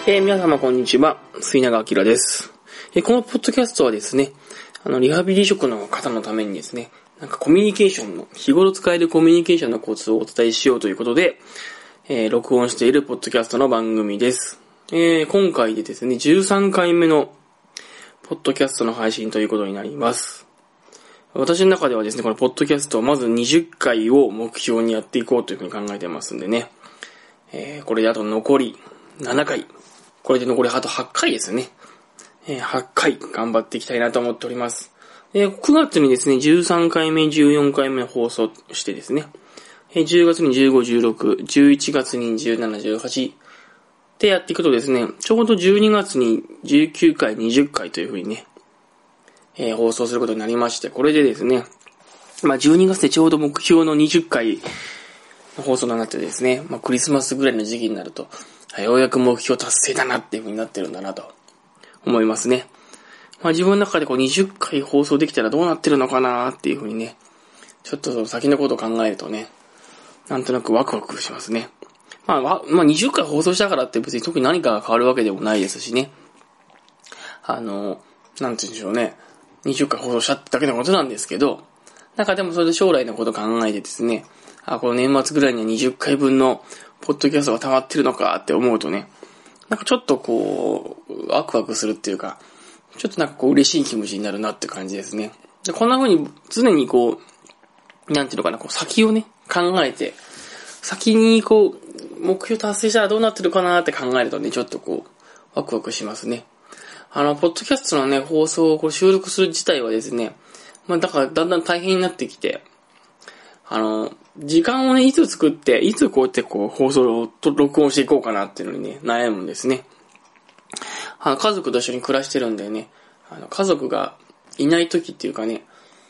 皆様こんにちは、末永明です。このポッドキャストはですね、リハビリ職の方のためにですね、コミュニケーションの、日頃使えるコミュニケーションのコツをお伝えしようということで、録音しているポッドキャストの番組です。今回でですね、13回目のポッドキャストの配信ということになります。私の中ではですね、このポッドキャストをまず20回を目標にやっていこうというふうに考えてますんでね、これであと残り7回、これで残りあと8回ですね。8回頑張っていきたいなと思っております。9月にですね、13回目、14回目放送してですね、10月に15、16、11月に17、18でやっていくとですね、ちょうど12月に19回、20回というふうにね、放送することになりまして、これでですね、12月でちょうど目標の20回の放送になってですね、クリスマスぐらいの時期になると、ようやく目標達成だなっていう風になってるんだなと思いますね。自分の中で20回放送できたらどうなってるのかなっていう風にね、ちょっと先のことを考えるとね、なんとなくワクワクしますね。20回放送したからって別に特に何かが変わるわけでもないですしね。なんて言うんでしょうね。20回放送したってだけのことなんですけど、でもそれで将来のことを考えてですね、この年末ぐらいには20回分のポッドキャストが溜まってるのかって思うとね、ちょっとワクワクするっていうか、ちょっと嬉しい気持ちになるなって感じですね。でこんな風に常になんていうのかな、先をね、考えて、先に目標達成したらどうなってるかなって考えるとね、ちょっとワクワクしますね。ポッドキャストのね、放送を収録する自体はですね、だからだんだん大変になってきて、時間をね、いつ作って、いつこうやって放送を録音していこうかなっていうのにね、悩むんですね。家族と一緒に暮らしてるんでね、家族がいない時っていうかね、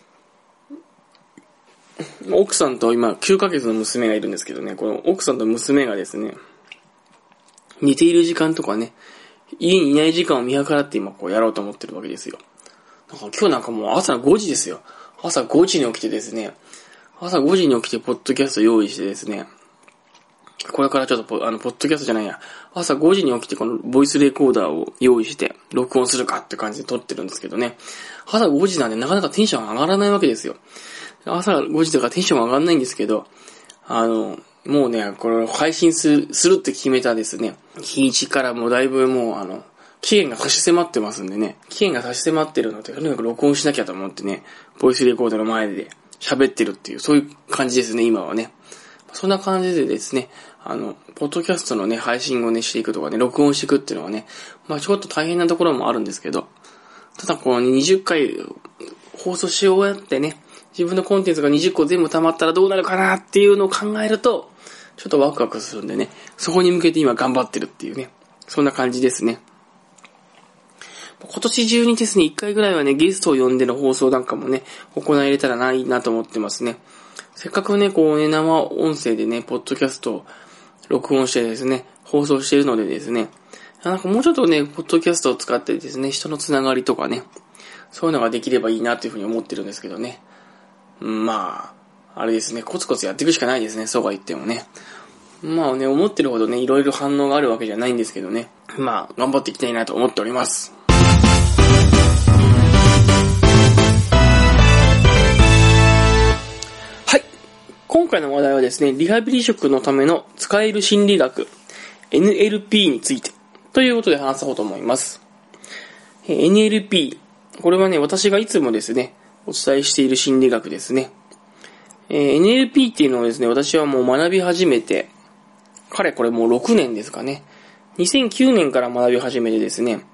奥さんと今9ヶ月の娘がいるんですけどね、この奥さんと娘がですね、寝ている時間とかね、家にいない時間を見計らって今やろうと思ってるわけですよ。今日もう朝5時ですよ。朝5時に起きてですね、朝5時に起きてポッドキャスト用意してですね、これからちょっとポッドキャストじゃないや、朝5時に起きてこのボイスレコーダーを用意して録音するかって感じで撮ってるんですけどね、朝5時なんでなかなかテンション上がらないわけですよ。朝5時とかテンション上がらないんですけど、もうね、これを配信するって決めたですね、日にちからもうだいぶもう期限が差し迫ってますんでね、期限が差し迫ってるので、とにかく録音しなきゃと思ってね、ボイスレコーダーの前で喋ってるっていう、そういう感じですね、今はね。そんな感じでですね、ポッドキャストのね、配信をね、していくとかね、録音していくっていうのはね、ちょっと大変なところもあるんですけど、ただこの20回放送し終わってね、自分のコンテンツが20個全部溜まったらどうなるかなっていうのを考えると、ちょっとワクワクするんでね、そこに向けて今頑張ってるっていうね、そんな感じですね。今年中にですね、1回ぐらいはね、ゲストを呼んでの放送なんかもね、行えれたらいいなと思ってますね。せっかくね、生音声でね、ポッドキャストを録音してですね、放送しているのでですね、もうちょっとね、ポッドキャストを使ってですね、人のつながりとかね、そういうのができればいいなというふうに思ってるんですけどね。あれですね、コツコツやっていくしかないですね、そうは言ってもね。思ってるほどね、いろいろ反応があるわけじゃないんですけどね。頑張っていきたいなと思っております。今回の話題はですね、リハビリ職のための使える心理学 NLP についてということで話そうと思います。NLP、これはね、私がいつもですね、お伝えしている心理学ですね。NLP っていうのをですね、私はもう学び始めて、これもう6年ですかね。2009年から学び始めてですね、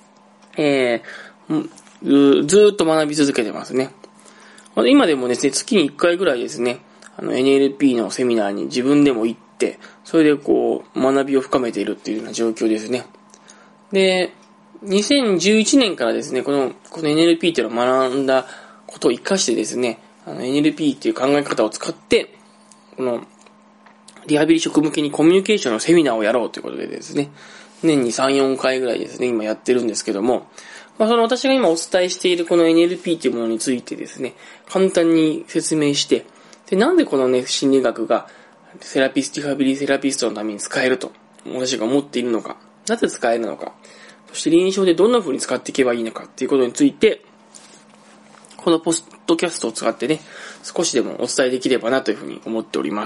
ずーっと学び続けてますね。今でもですね、月に1回ぐらいですね、NLP のセミナーに自分でも行って、それで学びを深めているっていうような状況ですね。で、2011年からですね、この NLP っていうのを学んだことを活かしてですね、NLP っていう考え方を使って、このリハビリ職向けにコミュニケーションのセミナーをやろうということでですね、年に3、4回ぐらいですね、今やってるんですけども、その私が今お伝えしているこの NLP というものについてですね、簡単に説明して、で、なんでこのね、心理学がリハビリセラピストのために使えると、私が思っているのか、 なぜ使えるのか、そして臨床でどんな風に使っていけばいいのかっていうことについて、このポッドキャストを使ってね、少しでもお伝えできればなというふうに思っております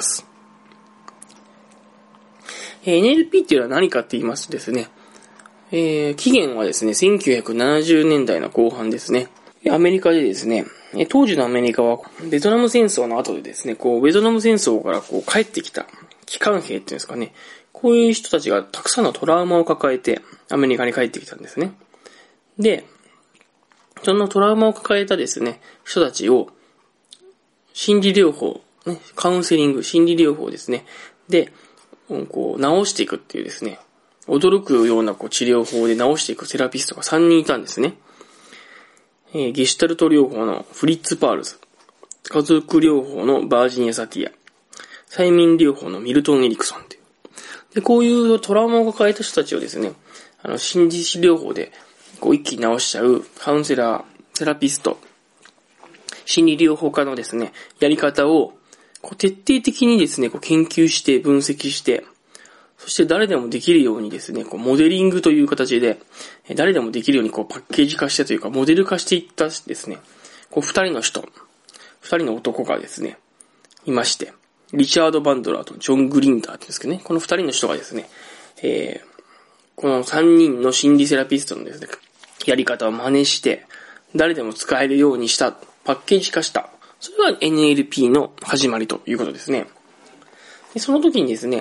。NLP っていうのは何かって言いますとですね、起源はですね、1970年代の後半ですね。アメリカでですね、当時のアメリカはベトナム戦争の後でですね、ベトナム戦争から帰ってきた帰還兵っていうんですかね、こういう人たちがたくさんのトラウマを抱えてアメリカに帰ってきたんですね。で、そのトラウマを抱えたですね、人たちを心理療法、ね、カウンセリング、心理療法ですね。で、治していくっていうですね、驚くような治療法で治していくセラピストが3人いたんですね。ゲシュタルト療法のフリッツ・パールズ、家族療法のバージニア・サティア、催眠療法のミルトン・エリクソンっていう。で、こういうトラウマを抱えた人たちをですね、心理療法で一気に治しちゃうカウンセラー、セラピスト、心理療法家のですね、やり方を徹底的にですね、研究して分析して、そして誰でもできるようにですね、モデリングという形で、誰でもできるようにパッケージ化してというか、モデル化していったですね、二人の男がですね、いまして、リチャード・バンドラーとジョン・グリンダーって言うんですけどね、この二人の人がですね、この三人の心理セラピストのですね、やり方を真似して、誰でも使えるようにした、パッケージ化した、それが NLP の始まりということですね。でその時にですね、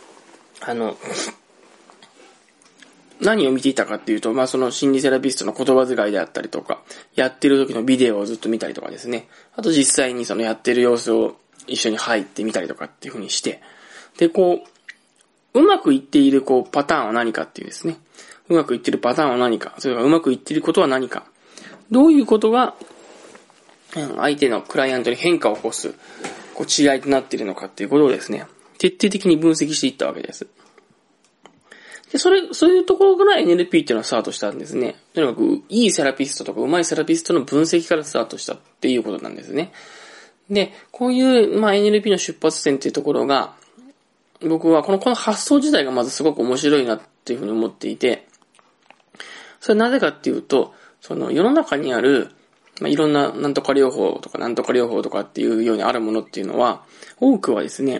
何を見ていたかっていうと、その心理セラピストの言葉遣いであったりとか、やってる時のビデオをずっと見たりとかですね、あと実際にそのやってる様子を一緒に入ってみたりとかっていう風にして、で、うまくいっているパターンは何かっていうですね、うまくいってるパターンは何か、それからうまくいっていることは何か、どういうことが相手のクライアントに変化を起こす違いとなっているのかっていうことをですね、徹底的に分析していったわけです。で、そういうところから NLP っていうのはスタートしたんですね。とにかく、いいセラピストとか上手いセラピストの分析からスタートしたっていうことなんですね。で、こういう、NLP の出発点っていうところが、僕はこの発想自体がまずすごく面白いなっていうふうに思っていて、それはなぜかっていうと、世の中にある、いろんななんとか療法とかなんとか療法とかっていうようにあるものっていうのは、多くはですね、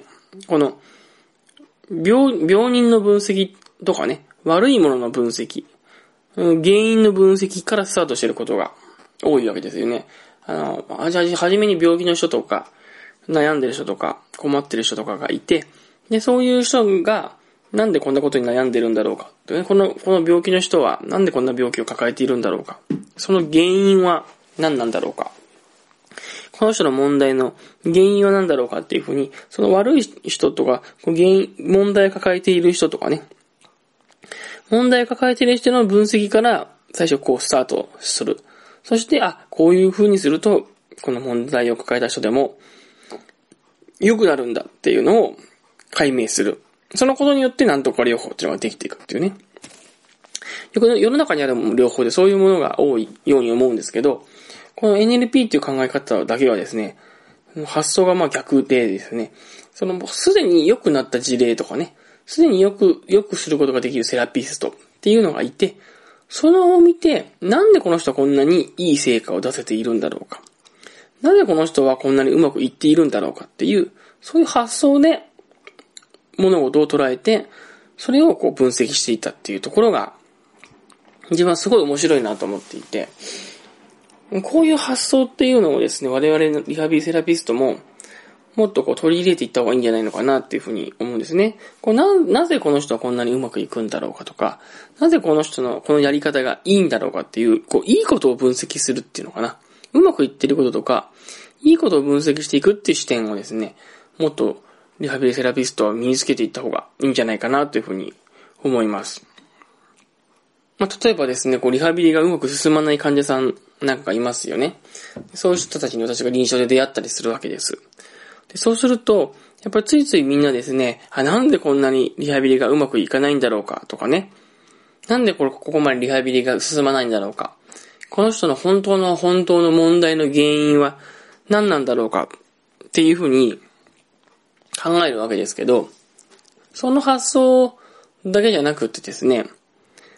病人の分析とかね、悪いものの分析、原因の分析からスタートしていることが多いわけですよね。はじめに病気の人とか、悩んでる人とか、困ってる人とかがいて、で、そういう人が、なんでこんなことに悩んでるんだろうか。この病気の人は、なんでこんな病気を抱えているんだろうか。その原因は何なんだろうか。この人の問題の原因は何だろうかっていうふうに、その悪い人とか、問題を抱えている人とかね、問題を抱えている人の分析から最初スタートする。そして、こういうふうにすると、この問題を抱えた人でも良くなるんだっていうのを解明する。そのことによってなんとか療法っていうのができていくっていうね。世の中にある療法でそういうものが多いように思うんですけど、この NLP っていう考え方だけはですね、発想が逆でですね、すでに良くなった事例とかね、すでに良くすることができるセラピストっていうのがいて、それを見て、なんでこの人はこんなにいい成果を出せているんだろうか。なぜこの人はこんなにうまくいっているんだろうかっていう、そういう発想で物事を捉えて、それを分析していったっていうところが、自分はすごい面白いなと思っていて、こういう発想っていうのをですね、我々のリハビリセラピストも、もっと取り入れていった方がいいんじゃないのかなっていうふうに思うんですね。なぜこの人はこんなにうまくいくんだろうかとか、なぜこの人のこのやり方がいいんだろうかっていう、いいことを分析するっていうのかな。うまくいってることとか、いいことを分析していくっていう視点をですね、もっとリハビリセラピストは身につけていった方がいいんじゃないかなというふうに思います。例えばですね、リハビリがうまく進まない患者さんなんかいますよね。そういう人たちに私が臨床で出会ったりするわけです。でそうすると、やっぱりついついみんなですね、なんでこんなにリハビリがうまくいかないんだろうかとかね。なんでここまでリハビリが進まないんだろうか。この人の本当の問題の原因は何なんだろうかっていうふうに考えるわけですけど、その発想だけじゃなくってですね、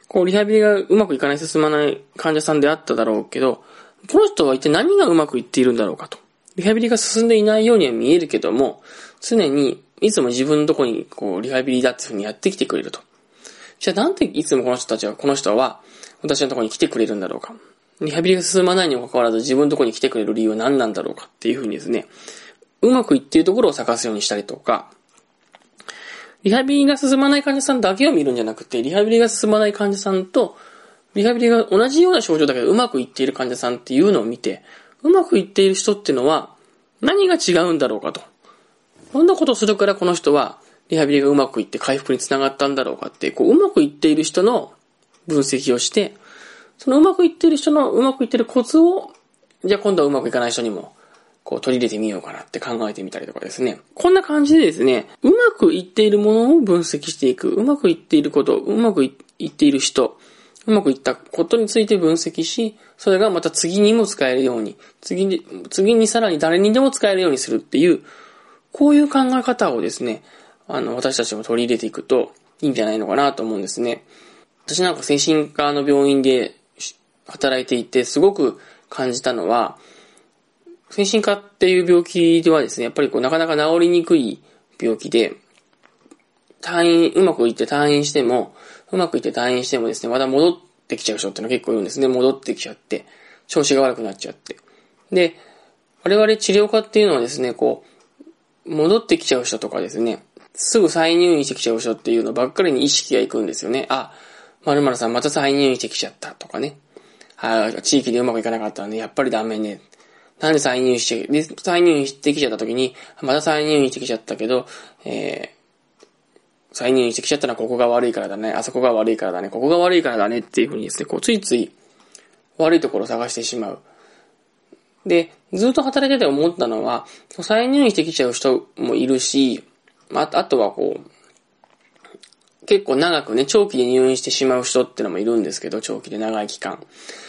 リハビリがうまくいかない、進まない患者さんであっただろうけど、この人は一体何がうまくいっているんだろうかと。リハビリが進んでいないようには見えるけども、常にいつも自分のとこにリハビリだっていうふうにやってきてくれると。じゃあなんでいつもこの人は私のところに来てくれるんだろうか。リハビリが進まないにもかかわらず自分のところに来てくれる理由は何なんだろうかっていうふうにですね、うまくいっているところを探すようにしたりとか、リハビリが進まない患者さんだけを見るんじゃなくて、リハビリが進まない患者さんと、リハビリが同じような症状だけどうまくいっている患者さんっていうのを見て、うまくいっている人っていうのは何が違うんだろうかと。どんなことをするからこの人はリハビリがうまくいって回復につながったんだろうかって、うまくいっている人の分析をして、そのうまくいっている人のうまくいっているコツを、じゃあ今度はうまくいかない人にも取り入れてみようかなって考えてみたりとかですね。こんな感じでですね、うまくいっているものを分析していく。うまくいっていること、うまくいっている人、うまくいったことについて分析し、それがまた次にも使えるように、次にさらに誰にでも使えるようにするっていう、こういう考え方をですね、私たちも取り入れていくといいんじゃないのかなと思うんですね。私なんか精神科の病院で働いていてすごく感じたのは、精神科っていう病気ではですね、やっぱりなかなか治りにくい病気で、うまくいって退院してもですね、また戻ってきちゃう人ってのは結構いるんですね。戻ってきちゃって、調子が悪くなっちゃって。で、我々治療科っていうのはですね、戻ってきちゃう人とかですね、すぐ再入院してきちゃう人っていうのばっかりに意識がいくんですよね。〇〇さんまた再入院してきちゃったとかね。地域でうまくいかなかったので、やっぱりダメね。なんで再入院してきちゃった時に、また再入院してきちゃったけど、再入院してきちゃったのはここが悪いからだね、あそこが悪いからだね、ここが悪いからだねっていうふうにですね、ついつい悪いところを探してしまう。で、ずっと働いてて思ったのは、再入院してきちゃう人もいるし、あとは結構長くね、長期で入院してしまう人ってのもいるんですけど、長期で長い期間。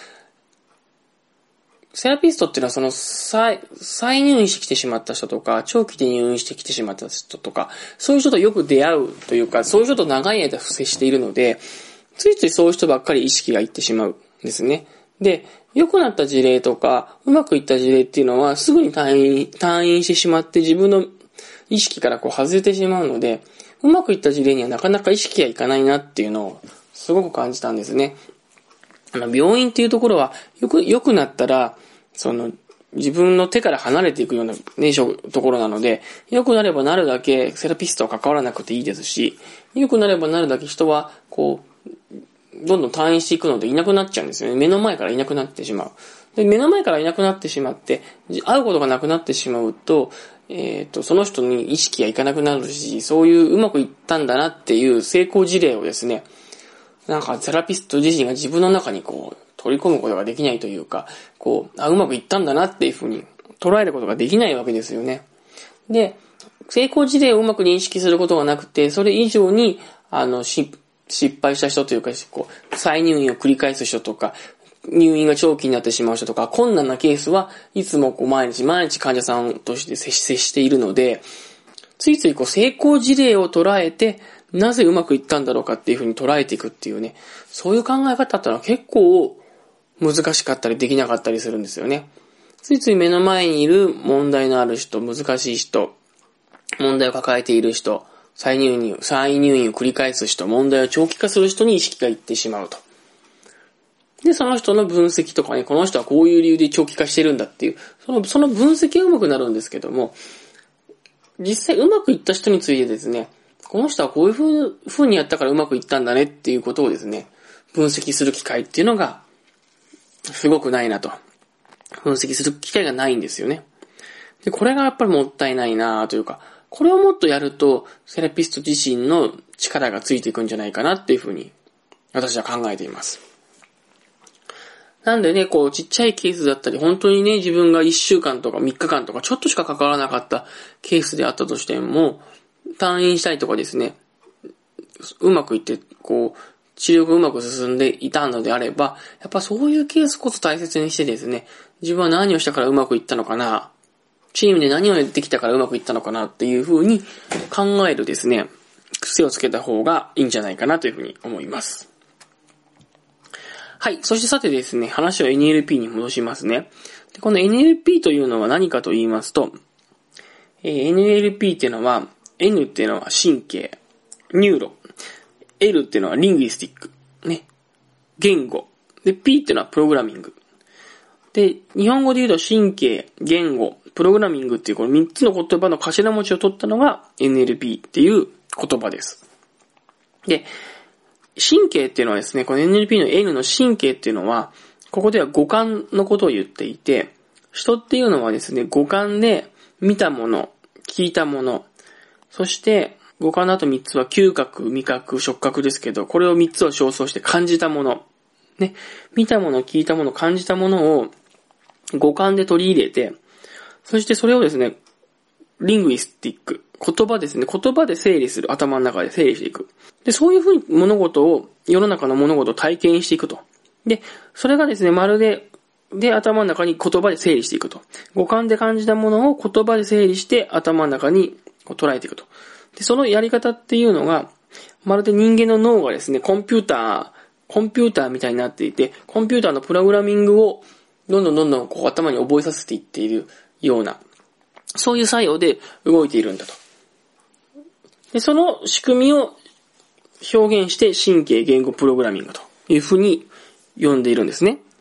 セラピストっていうのはその再入院してきてしまった人とか、長期で入院してきてしまった人とか、そういう人とよく出会うというか、そういう人と長い間接しているので、ついついそういう人ばっかり意識がいってしまうんですね。で、良くなった事例とか、うまくいった事例っていうのは、すぐに退院してしまって自分の意識から外れてしまうので、うまくいった事例にはなかなか意識がいかないなっていうのをすごく感じたんですね。病院っていうところは良くなったら、自分の手から離れていくようなね、ところなので、良くなればなるだけセラピストは関わらなくていいですし、良くなればなるだけ人は、どんどん退院していくのでいなくなっちゃうんですよね。目の前からいなくなってしまう。で、目の前からいなくなってしまって、会うことがなくなってしまうと、その人に意識がいかなくなるし、そういううまくいったんだなっていう成功事例をですね、なんかセラピスト自身が自分の中に取り込むことができないというか、うまくいったんだなっていうふうに捉えることができないわけですよね。で、成功事例をうまく認識することがなくて、それ以上に、失敗した人というか、再入院を繰り返す人とか、入院が長期になってしまう人とか、困難なケースはいつも毎日患者さんとして接しているので、ついつい成功事例を捉えて、なぜうまくいったんだろうかっていうふうに捉えていくっていうね、そういう考え方ってのは結構難しかったりできなかったりするんですよね。ついつい目の前にいる問題のある人、難しい人、問題を抱えている人、再入院を繰り返す人、問題を長期化する人に意識がいってしまうと。で、その人の分析とかね、この人はこういう理由で長期化してるんだっていう、その分析がうまくなるんですけども、実際うまくいった人についてですね、この人はこういう風にやったからうまくいったんだねっていうことをですね、分析する機会っていうのが、すごくないなと。分析する機会がないんですよね。で、これがやっぱりもったいないなというか、これをもっとやると、セラピスト自身の力がついていくんじゃないかなっていうふうに、私は考えています。なんでね、ちっちゃいケースだったり、本当にね、自分が1週間とか3日間とか、ちょっとしか関わらなかったケースであったとしても、退院したりとかですね、うまくいって、治療がうまく進んでいたのであれば、やっぱそういうケースこそ大切にしてですね、自分は何をしたからうまくいったのかな、チームで何をできたからうまくいったのかなっていう風に考えるですね、癖をつけた方がいいんじゃないかなというふうに思います。 はい。そしてさてですね、話を NLP に戻しますね。でこの NLP というのは何かと言いますと、NLP っていうのは、N っていうのは神経、ニューロ、L っていうのはリングイスティック、ね、言語、で、P っていうのはプログラミング。で、日本語で言うと神経、言語、プログラミングっていうこの3つの言葉の頭文字を取ったのが NLP っていう言葉です。で、神経っていうのはですね、この NLP の N の神経っていうのは、ここでは五感のことを言っていて、人っていうのはですね、五感で見たもの、聞いたもの、そして五感の後3つは嗅覚、味覚、触覚ですけど、これを3つを称して感じたもの、ね、見たもの、聞いたもの、感じたものを五感で取り入れて、そしてそれをですね、リングイスティック、言葉ですね、言葉で整理する、頭の中で整理していく。で、そういうふうに物事を、世の中の物事を体験していくと。で、それがですね、まるで、頭の中に言葉で整理していくと。五感で感じたものを言葉で整理して頭の中に捉えていくと。で、そのやり方っていうのが、まるで人間の脳がですね、コンピューターみたいになっていて、コンピューターのプログラミングをどんどんこう頭に覚えさせていっているような、そういう作用で動いているんだと。で、その仕組みを表現して神経言語プログラミングというふうに呼んでいるんですね。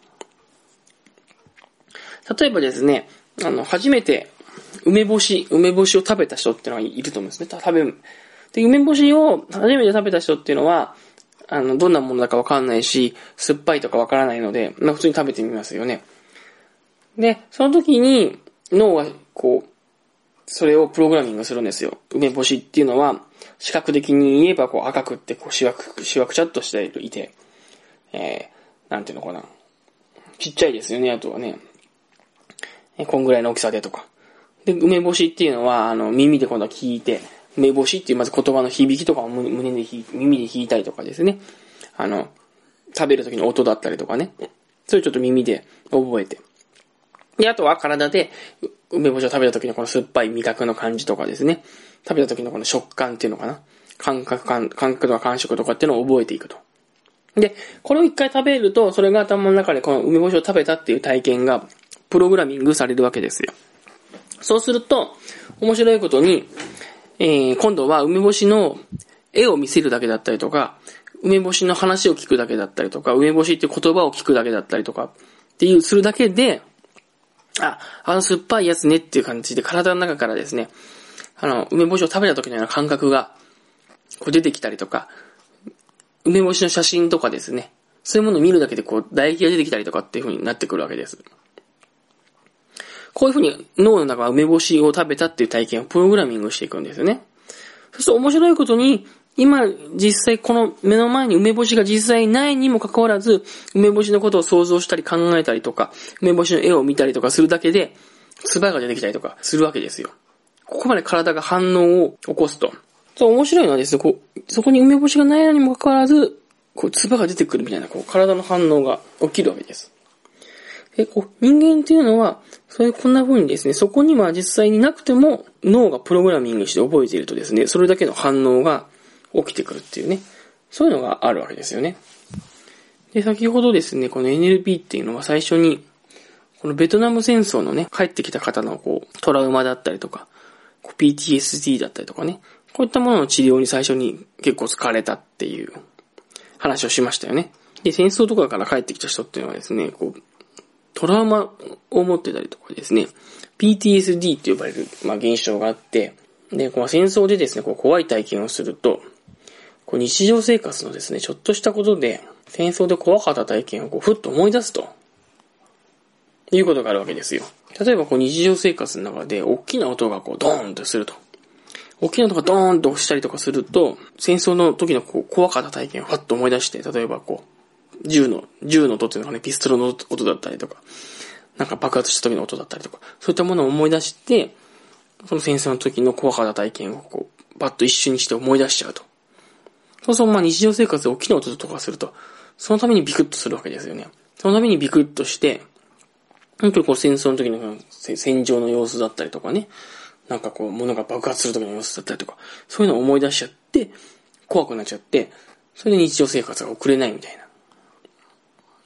例えばですね、初めて梅干しを食べた人っていうのがいると思うんですね。で、梅干しを初めて食べた人っていうのは、どんなものだかわかんないし、酸っぱいとかわからないので、普通に食べてみますよね。で、その時に脳はそれをプログラミングするんですよ。梅干しっていうのは、視覚的に言えば赤くってしわくちゃっとしていて、なんていうのかな。ちっちゃいですよね、あとはね。こんぐらいの大きさでとか。で、梅干しっていうのは、耳で今度は聞いて、梅干しっていうまず言葉の響きとかを耳で聞いたりとかですね。食べる時の音だったりとかね。それちょっと耳で覚えて。で、あとは体で、梅干しを食べた時のこの酸っぱい味覚の感じとかですね。食べた時のこの食感っていうのかな。感覚とか感触とかっていうのを覚えていくと。で、これを一回食べると、それが頭の中でこの梅干しを食べたっていう体験が、プログラミングされるわけですよ。そうすると、面白いことに、今度は梅干しの絵を見せるだけだったりとか、梅干しの話を聞くだけだったりとか、梅干しっていう言葉を聞くだけだったりとか、するだけで、酸っぱいやつねっていう感じで体の中からですね、梅干しを食べた時のような感覚が、出てきたりとか、梅干しの写真とかですね、そういうものを見るだけで唾液が出てきたりとかっていう風になってくるわけです。こういう風に脳の中は梅干しを食べたっていう体験をプログラミングしていくんですよね。そして面白いことに、今実際この目の前に梅干しが実際ないにもかかわらず、梅干しのことを想像したり考えたりとか、梅干しの絵を見たりとかするだけで、唾が出てきたりとかするわけですよ。ここまで体が反応を起こすと。面白いのはですね、そこに梅干しがないのにもかかわらず、唾が出てくるみたいな、体の反応が起きるわけです。で、人間っていうのは、こんな風にですね、そこには実際になくても、脳がプログラミングして覚えているとですね、それだけの反応が起きてくるっていうね、そういうのがあるわけですよね。で、先ほどですね、この NLP っていうのは最初に、このベトナム戦争のね、帰ってきた方のトラウマだったりとか、PTSD だったりとかね、こういったものの治療に最初に結構使われたっていう話をしましたよね。で、戦争とかから帰ってきた人っていうのはですね、トラウマを持ってたりとかですね、PTSD って呼ばれる、現象があって、で、戦争でですね、怖い体験をすると、日常生活のですね、ちょっとしたことで、戦争で怖かった体験をふっと思い出すと、いうことがあるわけですよ。例えば日常生活の中で、大きな音がドーンとすると。大きな音がドーンとしたりとかすると、戦争の時の怖かった体験をふっと思い出して、例えば銃の音っていうのがね、ピストルの音だったりとか、なんか爆発した時の音だったりとか、そういったものを思い出して、その戦争の時の怖かった体験をバッと一瞬にして思い出しちゃうと。そうすると日常生活で大きな音とかすると、そのためにビクッとするわけですよね。そのためにビクッとして、本当に戦争の時の戦場の様子だったりとかね、なんか物が爆発する時の様子だったりとか、そういうのを思い出しちゃって、怖くなっちゃって、それで日常生活が送れないみたいな。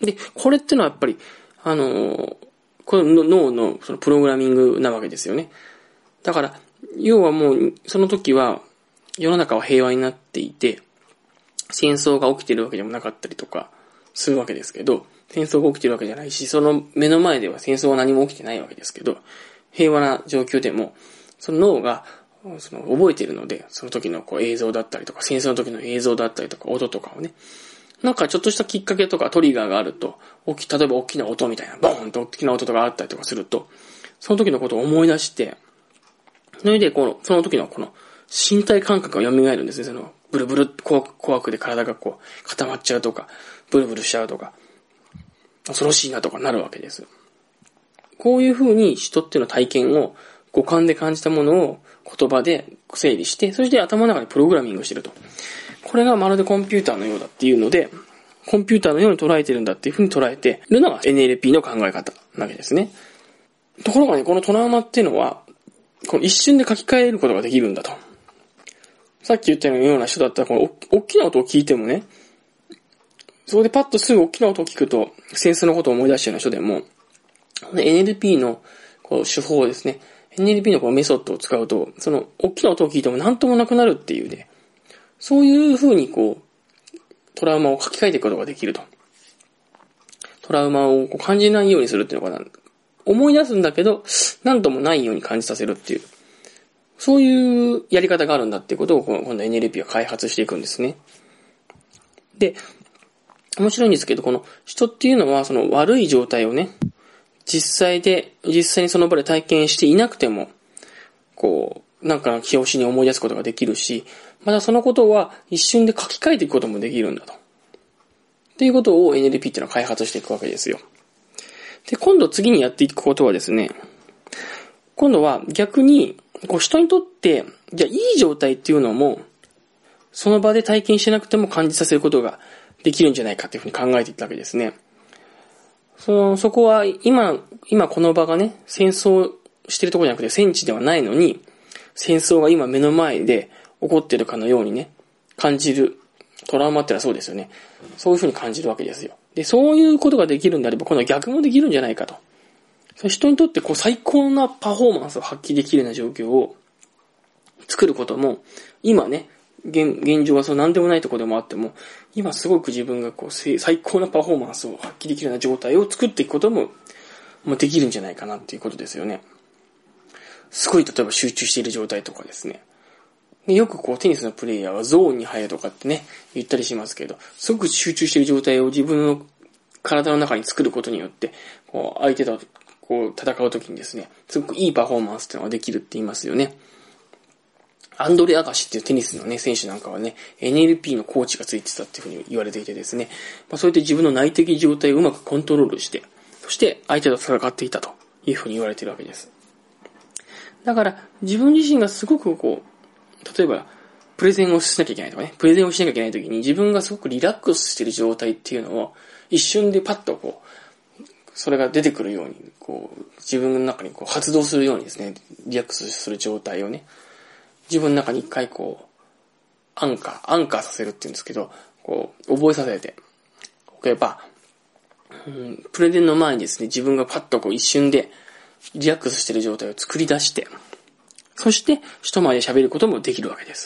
で、これってのはやっぱり、この脳のそのプログラミングなわけですよね。だから、要はもう、その時は、世の中は平和になっていて、戦争が起きてるわけでもなかったりとか、するわけですけど、戦争が起きてるわけじゃないし、その目の前では戦争は何も起きてないわけですけど、平和な状況でも、その脳が、覚えているので、その時の映像だったりとか、戦争の時の映像だったりとか、音とかをね、なんかちょっとしたきっかけとかトリガーがあると、例えば大きな音みたいな、ボーンと大きな音とかあったりとかすると、その時のことを思い出して、それでその時の身体感覚が蘇るんですね。ブルブル怖くで体が固まっちゃうとか、ブルブルしちゃうとか、恐ろしいなとかなるわけです。こういう風に人っていうの体験を五感で感じたものを言葉で整理して、そして頭の中でプログラミングしてると。これがまるでコンピューターのようだっていうので、コンピューターのように捉えてるんだっていう風に捉えているのが NLP の考え方なわけですね。ところがね、このトラウマっていうのは、一瞬で書き換えることができるんだと。さっき言ったような人だったら、大きな音を聞いてもね、そこでパッとすぐ大きな音を聞くと、戦争のことを思い出したような人でも、NLP の手法ですね。NLP のメソッドを使うと、大きな音を聞いても何ともなくなるっていうね、そういう風にトラウマを書き換えていくことができると。トラウマを感じないようにするっていうのかな。思い出すんだけど、何ともないように感じさせるっていう。そういうやり方があるんだっていうことを今度 NLP は開発していくんですね。で、面白いんですけど、この人っていうのはその悪い状態をね、実際にその場で体験していなくても、なんかの気をしに思い出すことができるし、またそのことは一瞬で書き換えていくこともできるんだと。っていうことを NLP っていうのは開発していくわけですよ。で、今度次にやっていくことはですね、今度は逆に、人にとって、じゃあいい状態っていうのも、その場で体験してなくても感じさせることができるんじゃないかっていうふうに考えていったわけですね。そこは今この場がね、戦争してるところじゃなくて戦地ではないのに、戦争が今目の前で起こってるかのようにね、感じる。トラウマってのはそうですよね。そういうふうに感じるわけですよ。で、そういうことができるんであれば、今度は逆もできるんじゃないかと。人にとって最高なパフォーマンスを発揮できるような状況を作ることも、今ね、現状は何でもないところでもあっても、今すごく自分が最高なパフォーマンスを発揮できるような状態を作っていくこともできるんじゃないかなっていうことですよね。すごい例えば集中している状態とかですね。でよくテニスのプレイヤーはゾーンに入るとかってね、言ったりしますけど、すごく集中している状態を自分の体の中に作ることによって、相手と戦うときにですね、すごくいいパフォーマンスっていうのができるって言いますよね。アンドレ・アガシっていうテニスのね、選手なんかはね、NLP のコーチがついてたっていうふうに言われていてですね、そうやって自分の内的状態をうまくコントロールして、そして相手と戦っていたというふうに言われているわけです。だから、自分自身がすごく例えば、プレゼンをしなきゃいけないとかね、プレゼンをしなきゃいけないときに自分がすごくリラックスしている状態っていうのを一瞬でパッとそれが出てくるように、自分の中に発動するようにですね、リラックスする状態をね、自分の中に一回アンカーさせるっていうんですけど、覚えさせておけば、プレゼンの前にですね、自分がパッと一瞬でリラックスしている状態を作り出して、そして人前で喋ることもできるわけです。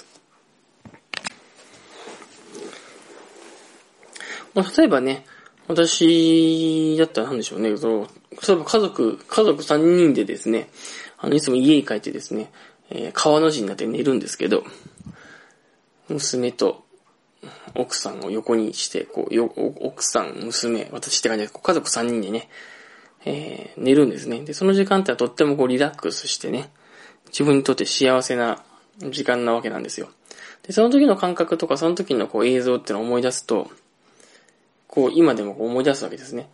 例えばね、私だったら何でしょうね、例えば家族3人でですね、いつも家に帰ってですね、川の字になって寝るんですけど、娘と奥さんを横にして、奥さん、娘、私って感じで、家族3人でね、寝るんですね。で、その時間ってはとってもリラックスしてね、自分にとって幸せな時間なわけなんですよ。で、その時の感覚とか、その時の映像ってのを思い出すと、今でも思い出すわけですね。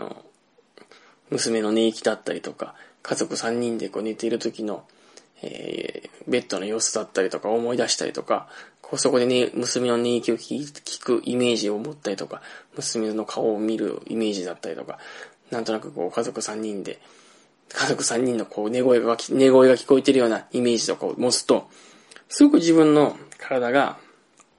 娘の寝息だったりとか、家族3人で寝ている時の、ベッドの様子だったりとか思い出したりとか、そこでね、娘の寝息を聞くイメージを持ったりとか、娘の顔を見るイメージだったりとか、なんとなく家族3人の寝声が聞こえてるようなイメージとかを持つと、すごく自分の体が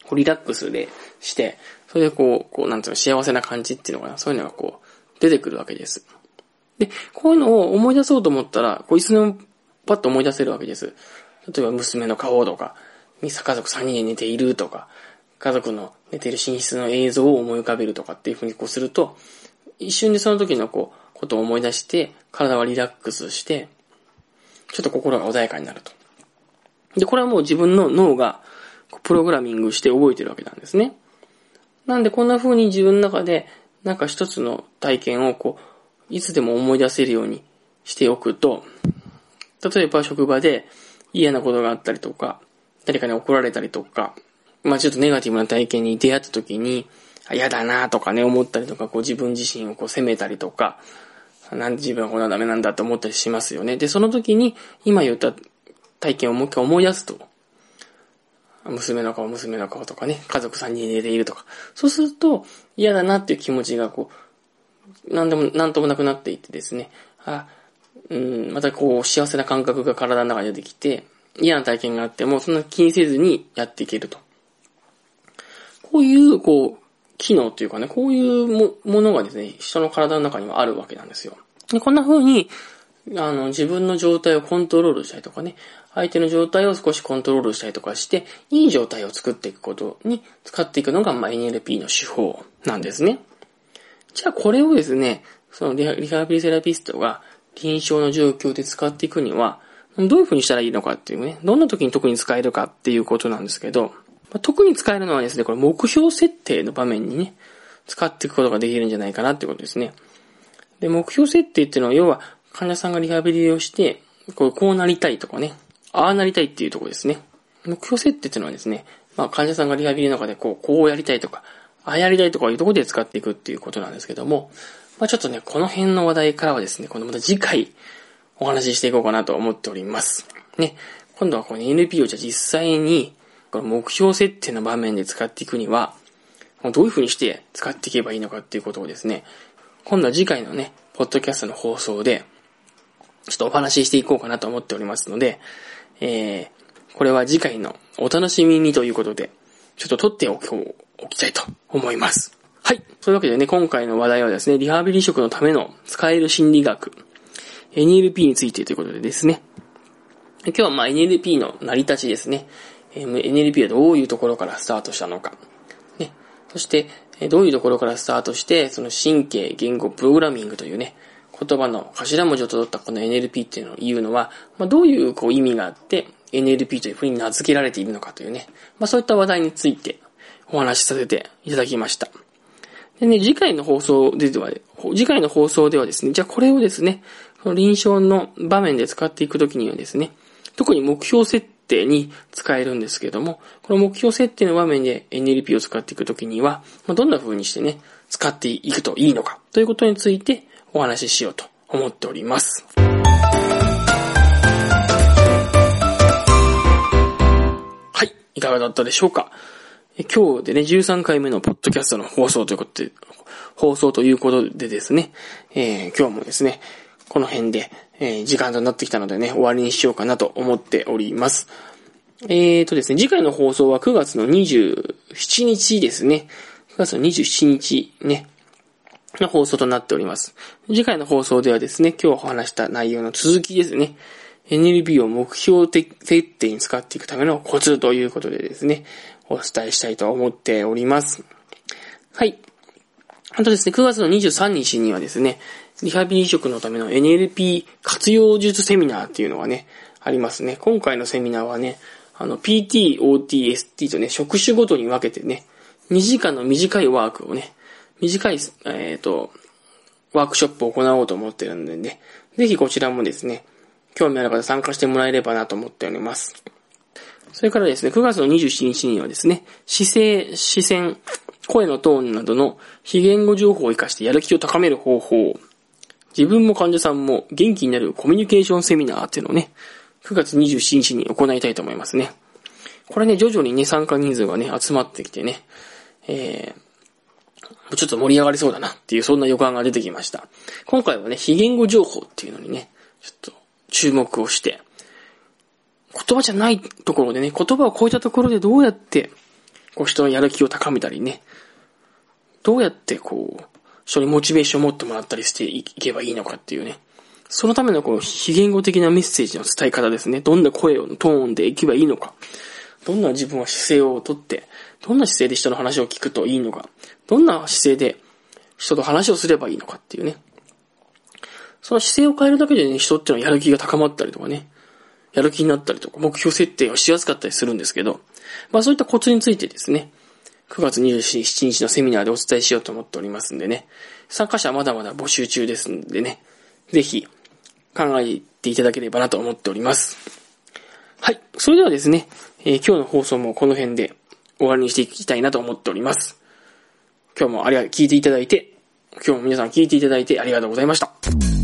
リラックスして、それでなんていうの、幸せな感じっていうのかな、そういうのが出てくるわけです。で、こういうのを思い出そうと思ったら、いつでもパッと思い出せるわけです。例えば娘の顔とか、家族3人で寝ているとか、家族の寝ている寝室の映像を思い浮かべるとかっていうふうにすると、一瞬でその時のことを思い出して、体はリラックスして、ちょっと心が穏やかになると。で、これはもう自分の脳がプログラミングして覚えてるわけなんですね。なんでこんな風に自分の中でなんか一つの体験をいつでも思い出せるようにしておくと、例えば職場で嫌なことがあったりとか、誰かに怒られたりとか、ちょっとネガティブな体験に出会った時に、嫌だなとかね、思ったりとか、自分自身を責めたりとか、なんで自分はこんなダメなんだと思ったりしますよね。で、その時に今言った体験をもう一回思い出すと、娘の顔とかね、家族3人で寝ているとか、そうすると嫌だなっていう気持ちがなんともなくなっていってですね、また幸せな感覚が体の中に出てきて、嫌な体験があってもそんな気にせずにやっていけると。こういう機能というかね、こういうものがですね、人の体の中にはあるわけなんですよ。で、こんな風に自分の状態をコントロールしたりとかね、相手の状態を少しコントロールしたりとかして、いい状態を作っていくことに使っていくのが、NLP の手法なんですね。じゃあこれをですね、そのリハビリセラピストが臨床の状況で使っていくには、どういう風にしたらいいのかっていうね、どんな時に特に使えるかっていうことなんですけど、特に使えるのはですね、これ目標設定の場面にね、使っていくことができるんじゃないかなっていうことですね。で、目標設定っていうのは、要は患者さんがリハビリをして、こうなりたいとかね、ああなりたいっていうところですね。目標設定っていうのはですね、患者さんがリハビリの中でこうやりたいとか、ああやりたいとかいうところで使っていくっていうことなんですけども、ちょっとね、この辺の話題からはですね、また次回お話ししていこうかなと思っております。ね、今度はNLP をじゃあ実際に、この目標設定の場面で使っていくには、どういう風にして使っていけばいいのかっていうことをですね、今度は次回のね、ポッドキャストの放送で、ちょっとお話ししていこうかなと思っておりますので、これは次回のお楽しみにということで、ちょっと取っておきたいと思います。はい。そういうわけでね、今回の話題はですね、リハビリ職のための使える心理学、NLP についてということでですね、今日はNLP の成り立ちですね、NLP はどういうところからスタートしたのか、ね、そしてどういうところからスタートして、その神経言語プログラミングというね、言葉の頭文字を取ったこの NLP っていうのを言うのは、どういう意味があって NLP というふうに名付けられているのかというね、そういった話題についてお話しさせていただきました。でね、次回の放送ではですね、じゃあこれをですね、この臨床の場面で使っていくときにはですね、特に目標設定に使えるんですけども、この目標設定の場面で NLP を使っていくときには、どんな風にしてね、使っていくといいのかということについてお話ししようと思っております。はい、いかがだったでしょうか。今日でね、13回目のポッドキャストの放送ということでですね、今日もですね、この辺で、時間となってきたのでね、終わりにしようかなと思っております。ですね、次回の放送は9月の27日ですね。9月の27日ね、の放送となっております。次回の放送ではですね、今日お話した内容の続きですね、NLP を目標設定に使っていくためのコツということでですね、お伝えしたいと思っております。はい。あとですね、9月の23日にはですね、リハビリ職のための NLP 活用術セミナーっていうのがね、ありますね。今回のセミナーはね、PT、OT、ST とね、職種ごとに分けてね、2時間の短いワークをね、短い、ワークショップを行おうと思っているのでね、ぜひこちらもですね、興味ある方参加してもらえればなと思っております。それからですね、9月の27日にはですね、姿勢、視線、声のトーンなどの非言語情報を活かしてやる気を高める方法、自分も患者さんも元気になるコミュニケーションセミナーっていうのをね、9月27日に行いたいと思いますね。これね、徐々にね、参加人数がね、集まってきてね、ちょっと盛り上がりそうだなっていう、そんな予感が出てきました。今回はね、非言語情報っていうのにね、ちょっと注目をして、言葉じゃないところでね、言葉を超えたところでどうやって人のやる気を高めたりね、どうやって人にモチベーションを持ってもらったりしていけばいいのかっていうね、そのための非言語的なメッセージの伝え方ですね。どんな声を、トーンでいけばいいのか。どんな自分は姿勢をとって、どんな姿勢で人の話を聞くといいのか。どんな姿勢で人と話をすればいいのかっていうね。その姿勢を変えるだけでね、人っていうのはやる気が高まったりとかね、やる気になったりとか、目標設定をしやすかったりするんですけど、そういったコツについてですね、9月27日のセミナーでお伝えしようと思っておりますんでね、参加者はまだまだ募集中ですんでね、ぜひ考えていただければなと思っております。はい。それではですね、今日の放送もこの辺で終わりにしていきたいなと思っております。今日も聞いていただいて、今日も皆さん聞いていただいてありがとうございました。